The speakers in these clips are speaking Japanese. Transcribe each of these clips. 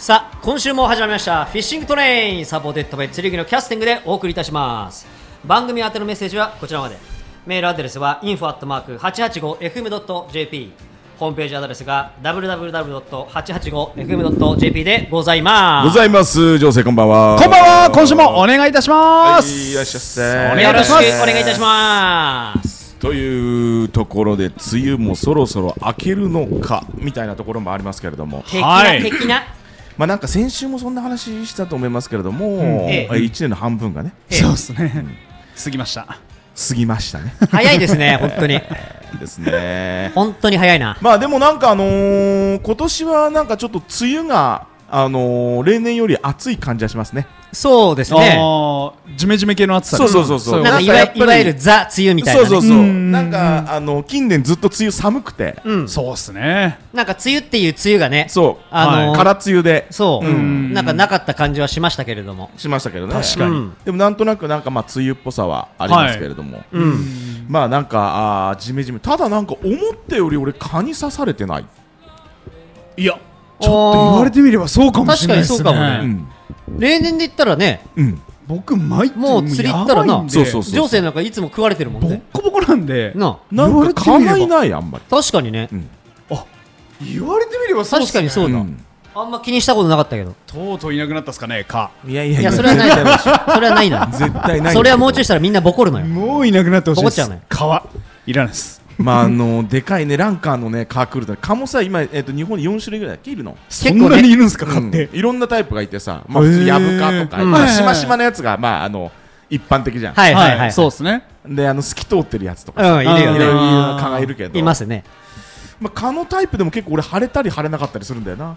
さあ今週も始まりましたフィッシングトレインサポーテッドバイ釣り具のキャスティングでお送りいたします。番組宛てのメッセージはこちらまで。メールアドレスは info@885fm.jp、 ホームページアドレスが www.885fm.jp でございます。 情勢こんばんは。 こんばんは。今週もお願いいたします。 はい、いらっしゃっせ。 よろしくお願いいたします。 というところで梅雨もそろそろ明けるのかみたいなところもありますけれども、 的なまあなんか先週もそんな話したと思いますけれども、1年の半分がね、 そうですね、過ぎましたね。 早いですね本当にですね。 本当に早いな。 まあでもなんか今年はなんかちょっと梅雨が例年より暑い感じがしますね。 そうですね。 ジメジメ系の暑さ。 そうなんかいわゆるザ梅雨みたいなね。 そうなんか近年ずっと梅雨寒くて、 そうですね。 なんか梅雨っていう梅雨がね、 そう空梅雨で、 そうなんかなかった感じはしましたけれども。 しましたけどね。 確かに。 でもなんとなくなんかまあ梅雨っぽさはありますけれども、まあなんかジメジメ。ただなんか思ったより俺蚊に刺されてない。 いや、ちょっと言われてみればそうかもしれないですね。 確かにそうかもね。例年で言ったらね、 僕もう釣り行ったらな、 情勢なんかいつも食われてるもんね。 ボッコボコなんで、 なんか蚊がいないあんまり。 確かにね。 あ、言われてみればそうですね。 確かにそうだ。あんま気にしたことなかったけど。 とうとういなくなったっすかね、蚊。 いやそれはないだろうし。それはないな。 絶対ない。 それはもうちょいしたらみんなボコるのよ。 もういなくなってほしいです。 ボコっちゃうのよ。 蚊はいらないです。 まあでかいねランカーのね蚊来ると蚊もさ今日本に4種類ぐらいいるの。 そんなにいるんですか蚊って。 いろんなタイプがいてさ、まあ普通ヤブ蚊とかしましまのやつがまあ一般的じゃん。 はいそうですね。 で透き通ってるやつとかいるよね。 蚊がいるけど。 いますね。 まあ蚊のタイプでも結構俺腫れたり腫れなかったりするんだよな。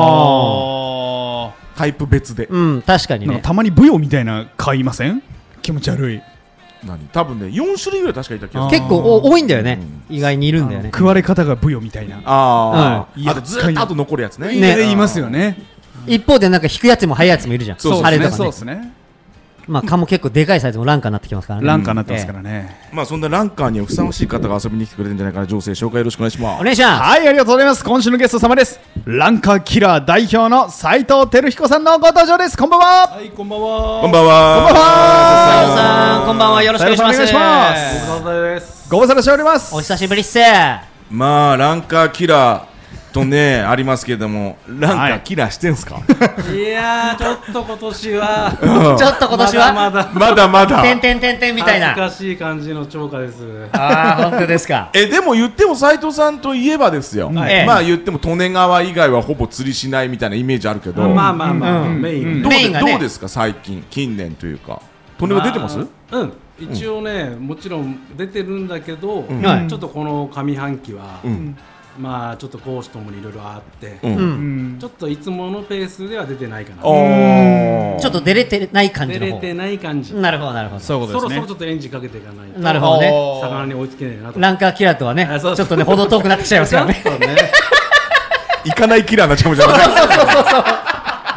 タイプ別で。 確かにね。 たまにブヨみたいな蚊いません？気持ち悪い。 多分ね4種類ぐらい確かいた気がする。 結構多いんだよね。意外にいるんだよね。 食われ方がブヨみたいな。 あとずっと後残るやつね。 いますよね。 一方でなんか引くやつも速いやつもいるじゃん。 そうですね。 まあ蚊も結構でかいサイズもランカーになってきますからね。 ランカーになってますからね。 まあそんなランカーにはふさわしい方が遊びに来てくれるんじゃないかな。情勢紹介よろしくお願いします。 お願いします。 はい、ありがとうございます。今週のゲスト様です。ランカーキラー代表の斉藤輝彦さんのご登場です。こんばんは。 はい、こんばんは。 こんばんは。 斉藤さん、こんばんは。よろしくお願いします。 お願いします。 ご無沙汰です。 ご無沙汰しております。 お久しぶりっす。 まあランカーキラーとねありますけれども、ランカーキラーしてんすか？ いやー、ちょっと今年はまだてんてんてんてんみたいな恥ずかしい感じの超過です。 本当ですか？ でも言っても斉藤さんといえばですよ。まあ言っても利根川以外はほぼ釣りしないみたいなイメージあるけど、 まあメインどうですか最近近年というか利根川出てます？ 一応ね、もちろん出てるんだけど、ちょっとこの上半期はまあちょっと講師ともにいろいろあって、ちょっといつものペースでは出てないかな。 ちょっと出れてない感じの方。 出れてない感じ。 なるほどなるほど。 そういうことですね。 そろそろちょっとエンジンかけていかないと。 なるほどね。 魚に追いつけないなと。 ランカーキラーとはね、ちょっとね程遠くなってきちゃいますからね。 行かないキラーになっちゃうじゃない。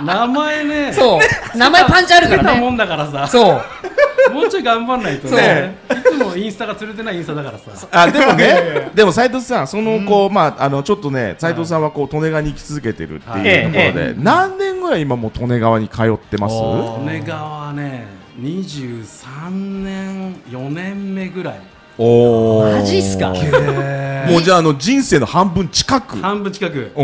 名前ね。 そう。名前パンチあるからね。 つけたもんだからさ。 そう。 もうちょい頑張んないとね。いつもインスタが釣れてないインスタだからさ。 でもね、でも斉藤さんそのまあちょっとね斉藤さんはこう利根川に行き続けてるっていうところで何年ぐらい今もう利根川に通ってます？ 利根川ね23年4年目ぐらい。 マジっすか？ もうじゃあ人生の半分近く。 利根川に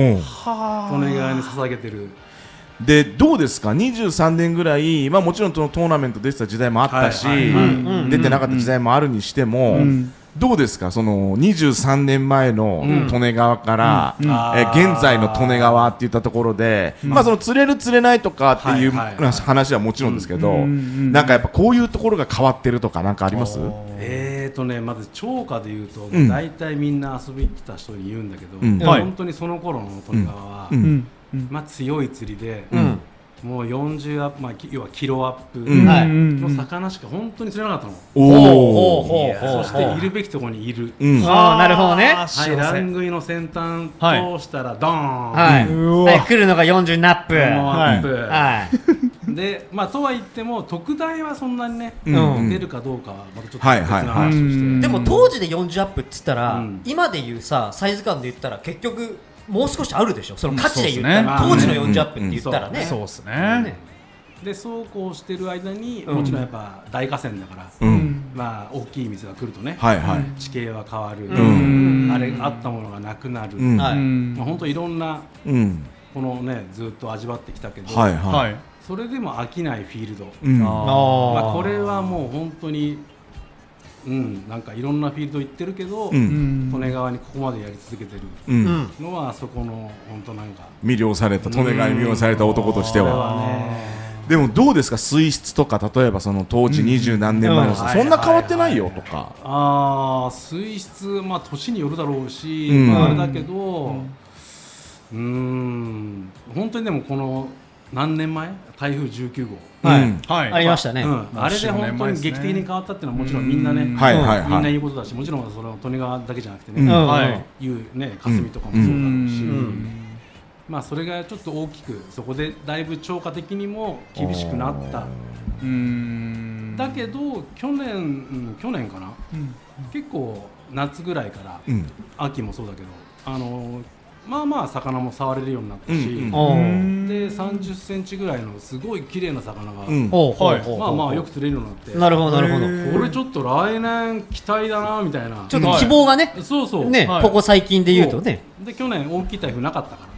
捧げてる。 でどうですか23年ぐらい、まあ、もちろんトーナメント出てた時代もあったし出てなかった時代もあるにしても、どうですかその23年前の利根川から現在の利根川っていったところで、まあ、その釣れる釣れないとかっていう話はもちろんですけど、なんかやっぱこういうところが変わってるとかなんかあります？ まず超過で言うと大体みんな遊びに来た人に言うんだけど、本当にその頃の利根川はまあ強い釣りで、もう40アップ、まあ、要はキロアップの魚しか本当に釣れなかったの。そしているべきところにいる。 なるほどね。 ラン食いの先端通したらドーン。 来るのが40ナップ。 で、まあとは言っても特大はそんなにね出るかどうかはまたちょっと別な話として。 でも当時で40アップっつったら今でいうさサイズ感で言ったら結局もう少しあるでしょ、その価値で言ったら、当時の40アップって言ったらね。 そうですね。 でそうこうしてる間に、もちろんやっぱ大河川だから、まあ大きい水が来るとね、地形は変わる、あれあったものがなくなる、まあ本当いろんなこのねずっと味わってきたけど、それでも飽きないフィールド、まあこれはもう本当になんかいろんなフィールド行ってるけど、利根川にここまでやり続けてるのは、そこの本当なんか魅了された、利根川に魅了された男としては。でもどうですか、水質とか、例えばその当時20何年前の、そんな変わってないよとか。 水質、まあ年によるだろうし、あれだけど、本当にでもこの何年前、台風19号、 ありましたね。 あれで本当に劇的に変わったっていうのはもちろんみんなね、みんな言うことだし、もちろんその利根川だけじゃなくてね、いうね霞とかもそうだろうし。まあそれがちょっと大きくそこでだいぶ超過的にも厳しくなった。だけど去年かな、結構夏ぐらいから秋もそうだけどまあまあ魚も触れるようになったし、で30センチぐらいのすごい綺麗な魚がまあまあよく釣れるようになって、 なるほどなるほど、 これちょっと来年期待だなみたいな、 ちょっと希望がね、 そうね、ここ最近で言うとね、 で去年大きい台風なかったから、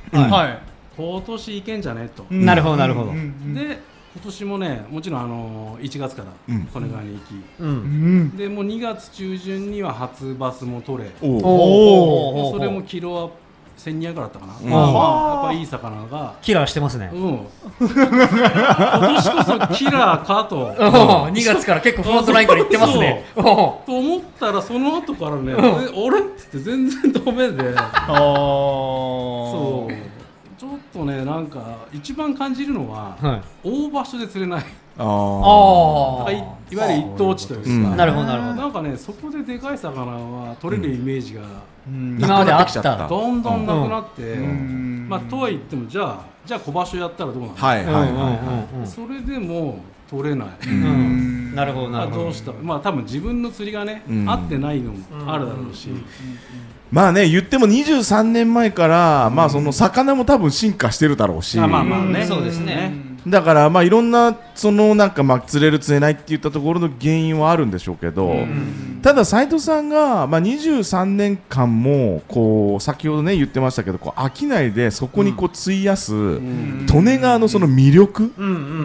今年いけんじゃねと。 なるほどなるほど。 で今年もね、もちろん1月から利根川に行き、でもう2月中旬には初バスも取れ、それもキロは1200だったかな。やっぱいい魚がキラーしてますね。 今年こそキラーかと。 2月から結構フロントラインから行ってますね。 と思ったらその後からね、俺っつって全然ダメで、そうちょっとね、なんか一番感じるのは大場所で釣れない、いわゆる一等地というか、 なるほどなるほど、 なんかね、そこででかい魚は取れるイメージが今まであった、 どんどんなくなって、まあとは言ってもじゃあ小場所やったらどうなの、それでも取れない、 なるほどなるほど、 どうした、まあ多分自分の釣りがね合ってないのもあるだろうし、 まあね、言っても23年前から、まあその魚も多分進化してるだろうし、 まあまあね、 そうですね。 だからまあいろんなそのなんかまあ釣れる釣れないっていったところの原因はあるんでしょうけど、ただ斉藤さんがまあ23年間もこう先ほどね言ってましたけど、こう飽きないでそこにこう費やす利根川のその魅力、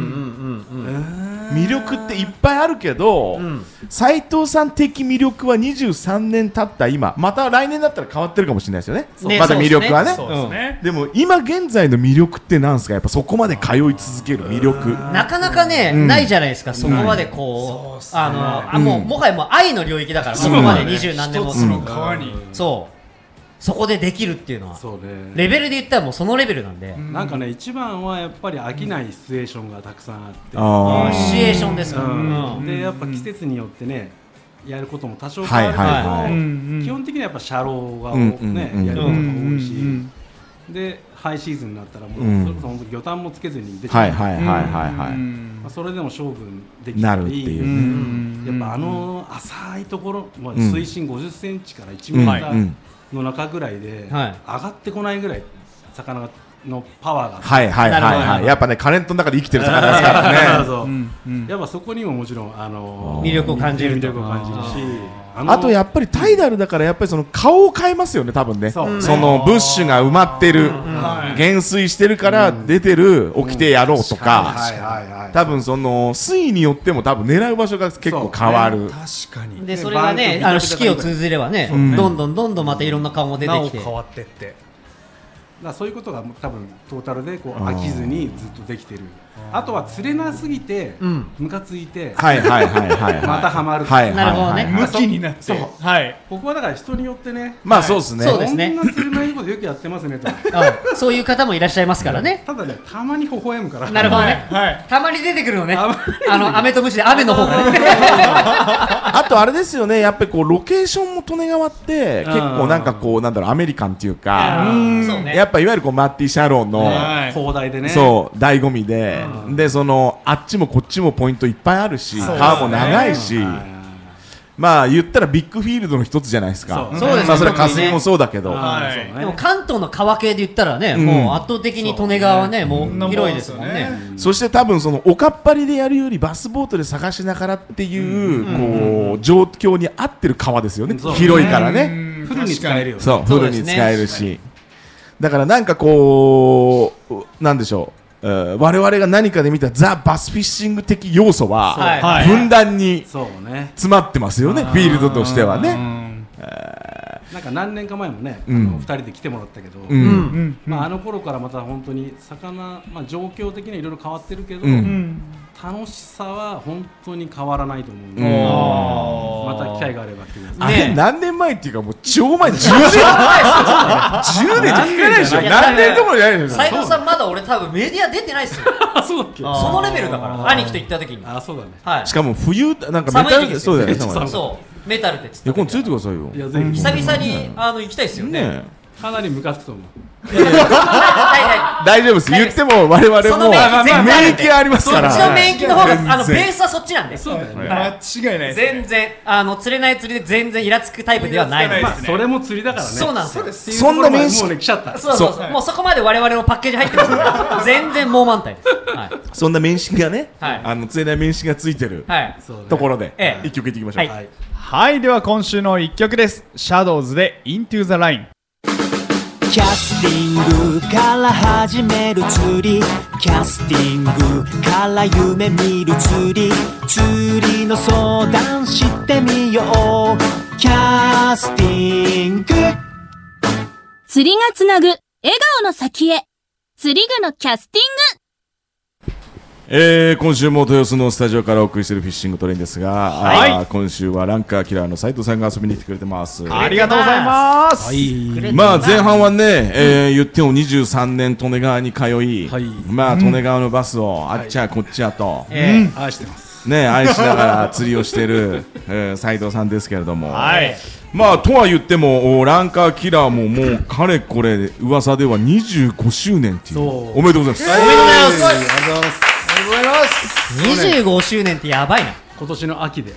魅力っていっぱいあるけど、斉藤さん的魅力は23年経った今、また来年だったら変わってるかもしれないですよね。まだ魅力はね。でも今現在の魅力ってなんですか。やっぱそこまで通い続ける魅力、 なかなかねないじゃないですか。そこまでこうもはやもう愛の領域だから、そこまで20何年もする川に、そこでできるっていうのはレベルで言ったらもうそのレベルなんで、 なんかね一番はやっぱり飽きないシチュエーションがたくさんあって、 シチュエーションですか。 でやっぱ季節によってねやることも多少変わるけど、基本的にはやっぱシャローがねやることが多いし、でハイシーズンになったらもうそれこそ本当魚探もつけずに出ちゃう、それでも勝負できたり、やっぱ浅いところ、水深50センチから1メーターの中ぐらいで上がってこないぐらい魚のパワーが、 やっぱねカレントの中で生きてる魚ですからね。 やっぱそこにももちろん魅力を感じるし、 あとやっぱりタイダルだからやっぱりその顔を変えますよね、多分ね。そのブッシュが埋まってる、減水してるから出てる起きてやろうとか、多分その水位によっても多分狙う場所が結構変わる。 確かに。 でそれがね四季を通じればね、どんどんまたいろんな顔も出てきて変わってって、 そういうことが多分トータルでこう飽きずにずっとできてる。あとは釣れなすぎてムカついてまたハマる。 なるほどね。 向きになって、 ここはだから人によってね、 まあそうですね。 そうですね。 こんな釣れないことよくやってますねと。 そういう方もいらっしゃいますからね。 ただね、たまに微笑むから。 なるほどね。たまに出てくるのね。雨と虫で雨の方がね。 あとあれですよね、やっぱりこうロケーションも利根川って結構なんかこうなんだろうアメリカンっていうか、やっぱいわゆるこうマッティ・シャロンの広大でね、 そう醍醐味で、そのあっちもこっちもポイントいっぱいあるし、川も長いし、 まあ言ったらビッグフィールドの一つじゃないですか。 そうですね。 まあそれは霞もそうだけど、 でも関東の川系で言ったらね、もう圧倒的に利根川はね、もう広いですもんね。 そして多分そのおかっぱりでやるよりバスボートで探しながらっていうこう状況に合ってる川ですよね。広いからね。 フルに使えるよね。 そう、フルに使えるし。だからなんかこうなんでしょう。我々が何かで見たザ・バスフィッシング的要素はふんだんに詰まってますよね、フィールドとしてはね。 なんか何年か前もね、2人で来てもらったけど、あの頃からまた本当に魚、状況的にはいろいろ変わってるけど、楽しさは本当に変わらないと思うので、また機会があれば来てください。 あれ何年前っていうかもう超前、10年10年って聞かないでしょ。何年どころじゃないでしょ。 斉藤さんまだ俺多分メディア出てないっすよ。 そうだっけ。 そのレベルだから兄貴と行った時に。 あ、そうだね。 はい。 しかも冬なんかメタルそうだよね。 そう。メタルって今度ついてくださいよ。 いやぜひ久々に行きたいですよね。 かなりムカつくと思う。 大丈夫です。言っても我々も免疫ありますから。 そっちの免疫の方がベースはそっちなんで。 そうだよね。 間違いない。 全然釣れない釣りで全然イラつくタイプではないです。 それも釣りだからね。 そうなんですよ。 そんな免疫もうね来ちゃった。 そうもうそこまで我々のパッケージ入ってます。全然もう満タイです。 そんな免疫がね、釣れない免疫がついてるところで一曲いっていきましょう。 はい、では今週の1曲です。シャドウズで Into the Line。 キャスティングから始める釣り、キャスティングから夢見る釣り、釣りの相談してみよう。キャスティング、 釣りがつなぐ笑顔の先へ、釣り具のキャスティング。 今週も豊洲のスタジオからお送りしているフィッシングトレインですが、今週はランカーキラーの斉藤さんが遊びに来てくれてます。 ありがとうございます。 まあ前半はね、言っても23年利根川に通い、まあ利根川のバスをあっちゃこっちゃと愛してますね、愛しながら釣りをしている斉藤さんですけれども、まあとは言ってもランカーキラーももうかれこれ噂では25周年っていう、おめでとうございます。 おめでとうございます。ありがとうございます。25周年ってやばいな。 今年の秋で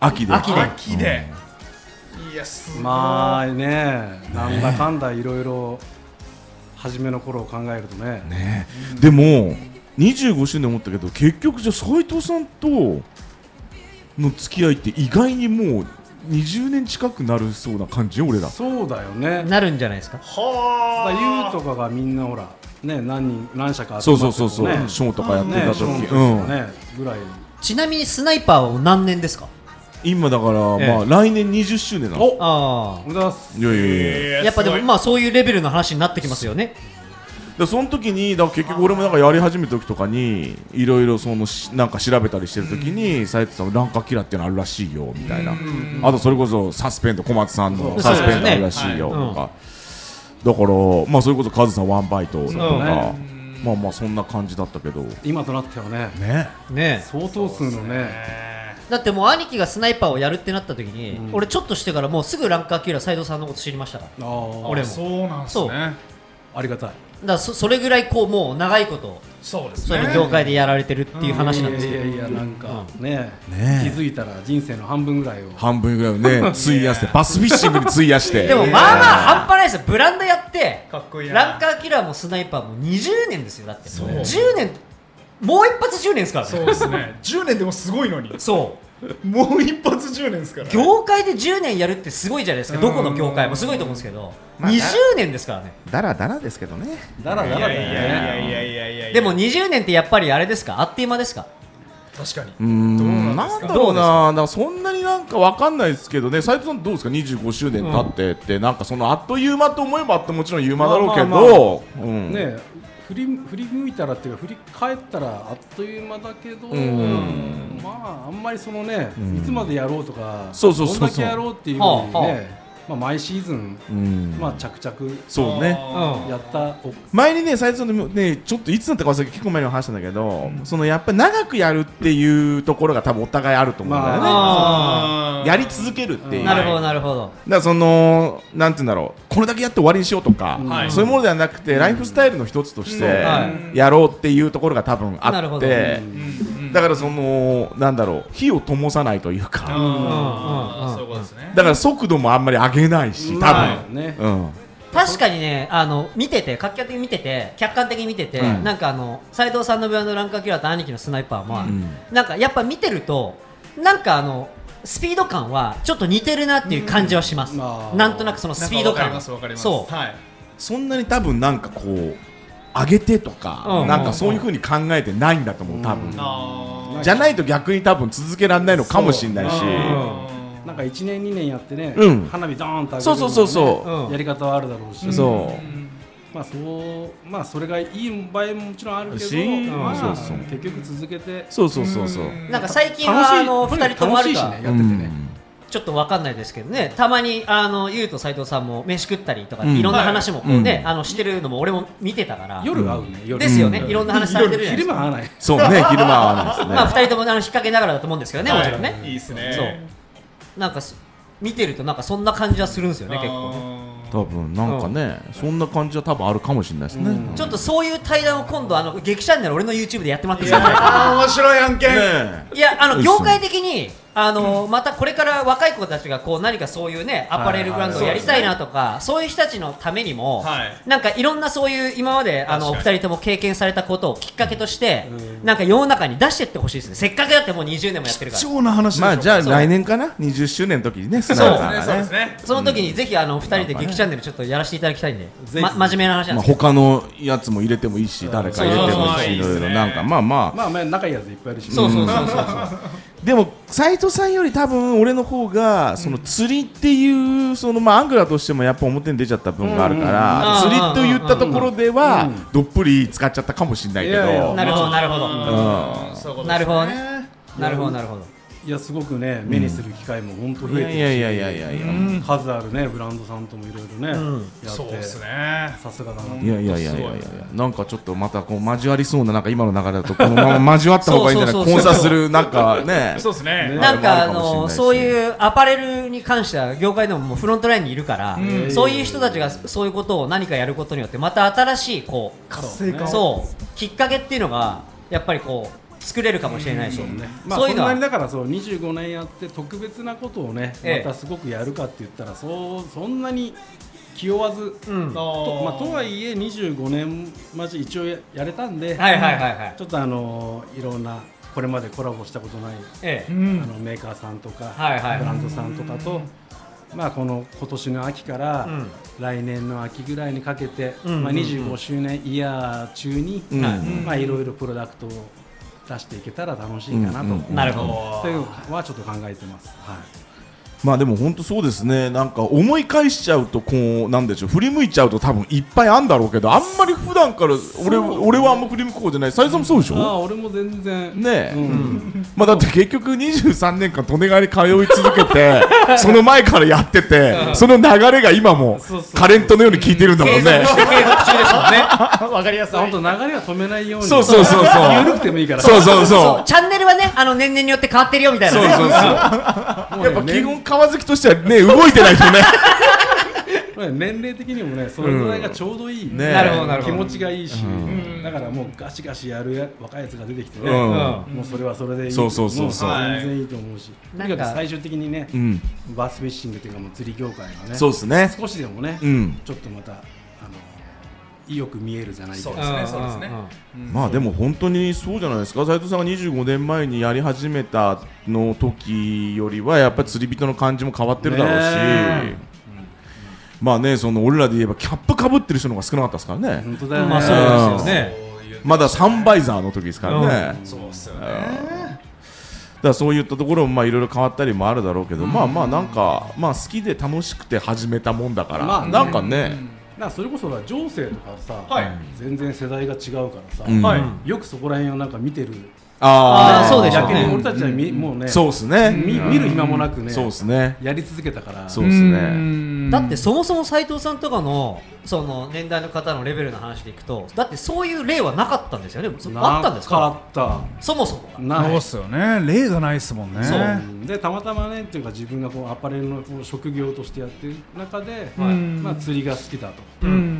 いやすごい。 まあね、なんだかんだいろいろ初めの頃を考えるとね。 でも25周年思ったけど、結局じゃあ斉藤さんとの付き合いって意外にもう20年近くなるそうな感じよ、俺ら。 そうだよね。 なるんじゃないですか。 ユウとかがみんなほらね、何社か集まってね、そうショーとかやってた時ぐらい。 ちなみにスナイパーは何年ですか？ 今だからまあ来年20周年なの。 ああ、 やっぱでもまあそういうレベルの話になってきますよね。 その時にだ結局俺もなんかやり始めた時とかにいろいろそのなんか調べたりしてる時に斉藤さんランカーキラーっていうのあるらしいよみたいな、あとそれこそサスペンド小松さんのサスペンドあるらしいよとか、だからまあそれこそカズさんワンバイトとか、まあまあそんな感じだったけど、 今となってはね相当数のね。 だってもう兄貴がスナイパーをやるってなった時に、俺ちょっとしてからもうすぐランカーキラー斉藤さんのこと知りましたから。俺もそうなんですね。 ありがたい。 だそれぐらいこうもう長いことそういう業界でやられてるっていう話なんですけど、 いやなんかね気づいたら人生の半分ぐらいをね費やしてバスフィッシングに費やしてでもまあまあ半端ないですよ。ブランドやってかっこいいランカーキラーもスナイパーも20年ですよ。だって10年もう一発10年ですからね。 そうですね。10年でもすごいのに。 そうもう一発10年ですから、ね、 業界で10年やるってすごいじゃないですか。どこの業界もすごいと思うんですけど、20年ですからね。 だらだらですけどね。 だらだらだよね。でも20年ってやっぱりあれですか、あっという間ですか。 確かに。 なんだろうな、だからそんなになんかわかんないですけどね。斉藤さんどうですか、25周年経ってってなんかそのあっという間と思えばあってもちろん言う間だろうけど、 ね振り向いたらっていうか振り返ったらあっという間だけど、まああんまりそのね、いつまでやろうとかどんだけやろうっていうのにね、まあ毎シーズンまあ着々 そうねやった前にね斉藤さんのねちょっといつだったか結構前に話したんだけど、そのやっぱり長くやるっていうところが多分お互いあると思うんだよね。やり続けるっていう。 なるほどなるほど。 だからそのなんていうんだろう、これだけやって終わりにしようとか、そういうものではなくてライフスタイルの一つとしてやろうっていうところが多分あって、 だからそのなんだろう、火を灯さないというか、 そういうことですね。 だから速度もあんまり上げないし、多分ね、 確かにね、見てて客観的に見ててなんか斉藤さんのブランドランカーキラーと兄貴のスナイパーは、なんかやっぱ見てるとなんかスピード感はちょっと似てるなっていう感じはします。なんとなくそのスピード感、そう、 そんなに多分なんかこう上げてとか、なんかそういう風に考えてないんだと思う、多分。じゃないと逆に多分続けられないのかもしれないし。 なんか1年2年やってね、花火ドーンと上げるそうやり方はあるだろうし、まあそれがいい場合ももちろんあるけど、結局続けて、 なんか最近は2人ともあるかやっててね、ちょっとわかんないですけどね、たまにゆうと斉藤さんも飯食ったりとかいろんな話もこうねしてるのも俺も見てたから、 夜会うね、 ですよね、いろんな話されてるじゃないですか。 昼間会わない。 そうね、昼間会わないですね。 まあ2人とも引っ掛けながらだと思うんですけどね、もちろんね。 いいですね。 そう。なんか見てるとなんかそんな感じはするんですよね、結構ね。 多分なんかね、そんな感じは多分あるかもしれないですね。 ちょっとそういう対談を今度劇チャンネル俺の YouTube でやってもらっていいですか。 面白い案件。 いや業界的にまたこれから若い子たちがこう何かそういうねアパレルブランドをやりたいなとか、そういう人たちのためにもなんかいろんなそういう今までお二人とも経験されたことをきっかけとしてなんか世の中に出していってほしいですね。せっかくだってもう20年もやってるから。 貴重な話でしょ。 まあじゃあ来年かな、20周年の時にね、 そうですね。 その時にぜひ2人で劇チャンネルちょっとやらせていただきたいんで、真面目な話なんですけど。 他のやつも入れてもいいし、誰か入れてもいいし、いろいろなんかまあ仲いいやついっぱいいるし。 そうでも斉藤さんより多分俺の方がその釣りっていうそのアングラーとしてもやっぱ表に出ちゃった分があるから、釣りと言ったところではどっぷり使っちゃったかもしれないけど。 なるほどなるほどなるほどね、なるほどなるほど。 いやすごくね目にする機会も本当増えてるし、数あるねブランドさんともいろいろねやってさすがだな。 いやなんかちょっとまたこう交わりそうな、なんか今の流れだとこのまま交わった方がいいんじゃない、交差するなんかね。 そうですね。 なんかそういうアパレルに関しては業界でもフロントラインにいるから、そういう人たちがそういうことを何かやることによってまた新しいこう活性化、 そうきっかけっていうのがやっぱりこう作れるかもしれないし、 そういうのはそんなにだから25年やって特別なことをねまたすごくやるかって言ったらそんなに気負わず、とはいえ25年まじ一応やれたんで、ちょっといろんなこれまでコラボしたことない、メーカーさんとか、ブランドさんとかと、今年の秋から、来年の秋ぐらいにかけて、25周年イヤー中に、いろいろプロダクトを出していけたら楽しいかなと、 なるほど、 というのはちょっと考えてます。 まあでも本当そうですね。なんか思い返しちゃうとこうなんでしょう、振り向いちゃうと多分いっぱいあんだろうけど、あんまり普段から俺はあんま振り向く方じゃない。斉藤さんもそうでしょ。 俺も全然ねえ、まあだって結局23年間利根川に通い続けてその前からやってて、その流れが今もカレントのように効いてるんだもんね。 継続中ですもんね。 わかりやすい。 本当流れは止めないように。 そう緩くてもいいから。 そうチャンネルはね年々によって変わってるよみたいなね。 やっぱ基本川好きとしてはね動いてないとね年齢的にもねそれぐらいがちょうどいい、気持ちがいいし、だからもうガシガシやる若いやつが出てきてね、もうそれはそれでいい、 そう全然いいと思うし、とにかく最終的にね、バースフィッシングというかもう釣り業界がね、 そうですね、 少しでもね、ちょっとまたよく見えるじゃないですか。 そうですね。 まあでも本当にそうじゃないですか。斉藤さんが25年前にやり始めたの時よりはやっぱり釣り人の感じも変わってるだろうし、まあね、その俺らで言えばキャップかぶってる人の方が少なかったですからね。 本当だよね。 まあそうですよね。 まだサンバイザーの時ですからね。 そうですよね。 だからそういったところもまあいろいろ変わったりもあるだろうけど、まあなんかまあ好きで楽しくて始めたもんだからなんかね。 それこそ情勢とかさ、全然世代が違うからさ、よくそこら辺をなんか見てる。 そうでしょうね。 逆に俺たちはもうね、 そうですね。 見る暇もなくね、 そうですね。 やり続けたから。 そうですね。 だってそもそも斉藤さんとかのその年代の方のレベルの話でいくと、だってそういう例はなかったんですよね。あったんですか。 あった。 そもそも。 そうっすよね。例がないですもんね。 そうでたまたまねっていうか自分がこうアパレルの職業としてやってる中で、まあ釣りが好きだと。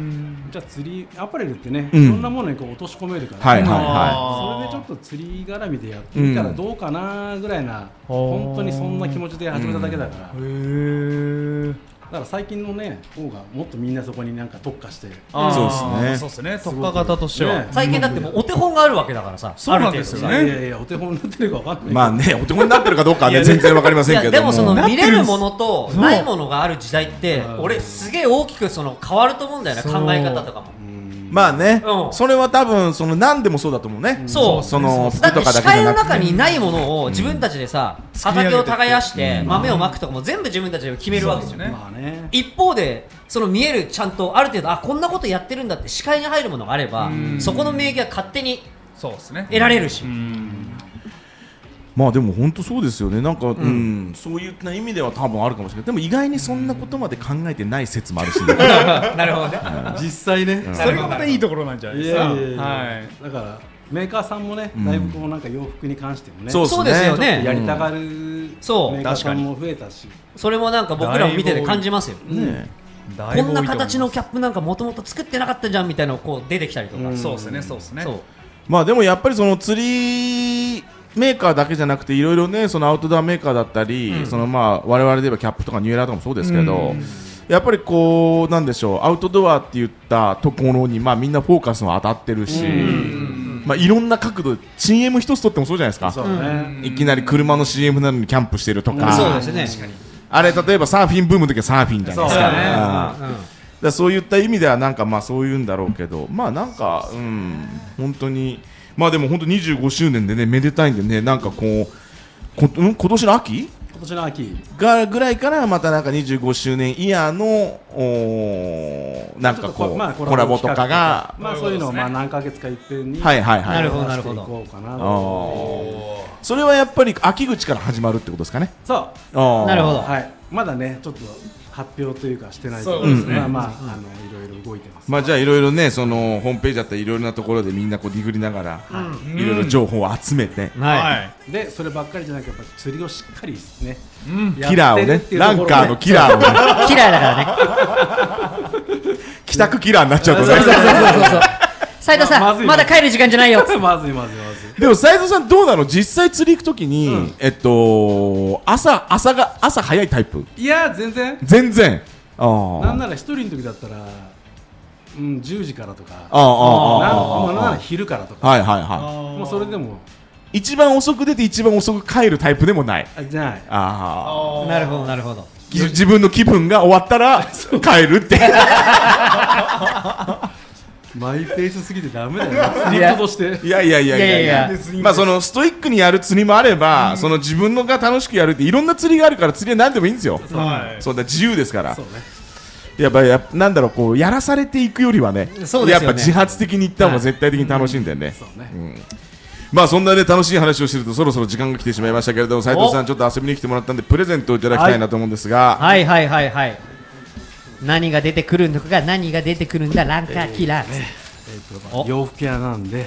じゃあ釣りアパレルってね、いろんなものにこう落とし込めるから、 はいはいはそれでちょっと釣り絡みでやってみたらどうかなぐらいな、本当にそんな気持ちで始めただけだから。だから最近のね方がもっとみんなそこになんか特化して、 そうですね、特化型としては最近だってもうお手本があるわけだからさ。 そうなんですよね。 いやいやお手本になってるかわかんない。 まあね、お手本になってるかどうかはね全然わかりませんけども。 でもその見れるものとないものがある時代って俺すげえ大きくその変わると思うんだよね、考え方とかも。 まあね、それは多分その何でもそうだと思うね。 そう、 その服だってとかだけじゃ視界のなくて。 中にないものを自分たちでさ、畑を耕して豆をまくとかも全部自分たちで決めるわけですよね。一方でその見えるちゃんとある程度こんなことやってるんだって視界に入るものがあれば、そこの名義は勝手に得られるし。 まあでも本当そうですよね。なんか、そういった意味では多分あるかもしれない。でも意外にそんなことまで考えてない説もあるし、ね。 なるほどね。 実際ね、 それがまたいいところなんじゃないですか。 だからメーカーさんもね、だいぶこうなんか洋服に関してもね、 そうですよね。 やりたがるメーカーさんも増えたし、 それもなんか僕らも見てて感じますよ。こんな形のキャップなんかもともと作ってなかったじゃんみたいなのこう出てきたりとか。 そうですね、そうですね。 まあでもやっぱりその釣りメーカーだけじゃなくていろいろね、そのアウトドアメーカーだったり、そのまあ我々で言えばキャップとかニューエラーとかもそうですけど、やっぱりこうなんでしょう、アウトドアって言ったところにまあみんなフォーカスも当たってるし、まあいろんな角度 CM 一つ撮ってもそうじゃないですか。いきなり車の CM なのにキャンプしてるとか、 そうですね。 あれ例えばサーフィンブームの時はサーフィンじゃないですか。だそういった意味ではなんかまあそういうんだろうけど、まあなんか本当に。まあでも本当25周年でね、めでたいんでね、なんかこう今年の秋がぐらいからまたなんか25周年イヤーのなんかこうコラボとかが、 まあそういうのをまあ何ヶ月かいっぺんになるほどなるほど。 それはやっぱり秋口から始まるってことですかね。 そう。 なるほど。 はい。まだねちょっと発表というかしてないと、まあまあいろいろ動いてます。 まあじゃあいろいろね、そのホームページだったりいろいろなところでみんなこうディグりながらいろいろ情報を集めて、 でそればっかりじゃなくてやっぱ釣りをしっかりね、 キラーをね、ランカーのキラーをね、 キラーだからね。 帰宅キラーになっちゃうとね。 斉藤さんまだ帰る時間じゃないよ。 まずい。 でも斉藤さんどうなの、実際釣り行くときに朝早いタイプ？ いや全然なんなら一人の時だったら10時からとか、なんなら昼からとか、もうそれでも一番遅く出て一番遅く帰るタイプでもない。 じゃない。 なるほどなるほど。 自分の気分が終わったら帰るってマイペースすぎてダメだよ、釣り人として。 いやまあそのストイックにやる釣りもあれば、その自分のが楽しくやるっていろんな釣りがあるから、釣りは何でもいいんですよ。そうだ、自由ですから。やっぱなんだろう、こうやらされていくよりはね、やっぱ自発的にいった方が絶対的に楽しいんだよね。まあそんなね楽しい話をしてるとそろそろ時間が来てしまいましたけれども、斉藤さんちょっと遊びに来てもらったんでプレゼントをいただきたいなと思うんですが、 何が出てくるのか、何が出てくるんだ、ランカーキラー。洋服屋なんで、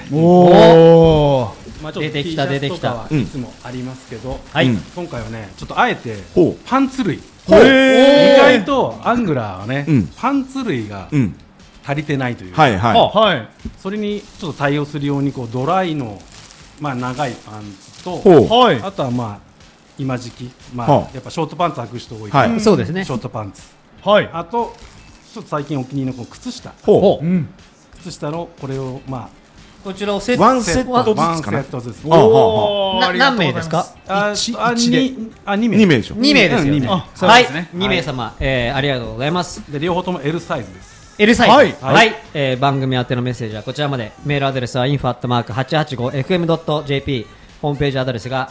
出てきた。 いつもありますけど、今回はねちょっとあえてパンツ類、意外とアングラーはねパンツ類が足りてないという、それにちょっと対応するようにこうドライのまあ長いパンツと、あとはまあ今時期まあやっぱショートパンツ履く人多いから、 そうですね、 ショートパンツ。あとちょっと最近お気に入りのこの靴下、靴下のこれをまあこちらをワンセットずつかな。 何名ですか ？2名でしょ。 2名ですよね。はい、2名様ありがとうございます。 で両方とも L サイズです。 L サイズ、番組宛てのメッセージはこちらまで。メールアドレスは info@885fm.jp、ホームページアドレスが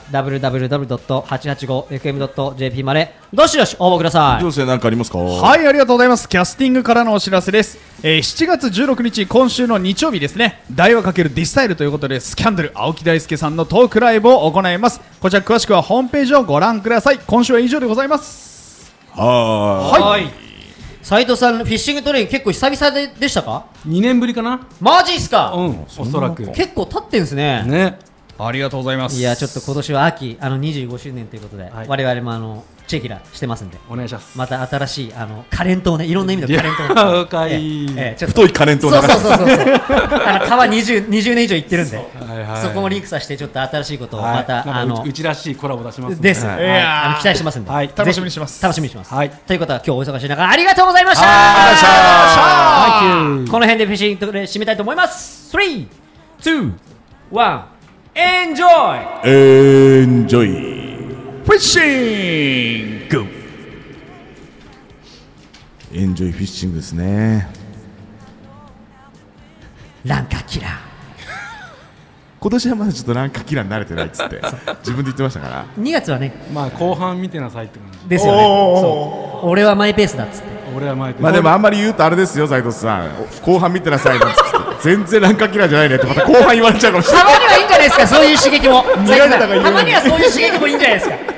www.885fm.jp までどしどし応募ください。 行政何かありますか？ はい、ありがとうございます。キャスティングからのお知らせです。7月16日今週の日曜日ですね、大和×ディスタイルということでスキャンダル青木大輔さんのトークライブを行います。こちら詳しくはホームページをご覧ください。今週は以上でございます。 はい。斉藤さん、フィッシングトレイン結構久々でしたか ？2年ぶりかな。 マジっすか？ おそらく結構経ってんすね。 ありがとうございます。 いやちょっと今年は秋25周年ということで、我々もチチェキラしてますんで、 お願いします。 また新しいカレントをね、いろんな意味でカレントを了解。 太いカレントを流して、 そう川20年以上行ってるんで、そこもリンクさせてちょっと新しいことをまたうちらしいコラボ出しますです。期待してますんで、 楽しみにします。 楽しみにします。ということは今日お忙しい中ありがとうございました。この辺でフィッシングで締めたいと思います。3、2、1、エンジョイ。 フィッシング。 エンジョイフィッシングですね。 ランカキラー。 今年はまだちょっとランカキラーに慣れてないっつって自分で言ってましたから。 2月はね、 まあ後半見てなさいって感じですよね。そう俺はマイペースだっつって。 俺はマイペース。 まあでもあんまり言うとあれですよ、斉藤さん、後半見てなさいなんつって全然ランカキラーじゃないねってまた後半言われちゃうかもしれない。 たまにはいいんじゃないですか、そういう刺激も。たまにはそういう刺激もいいんじゃないですか。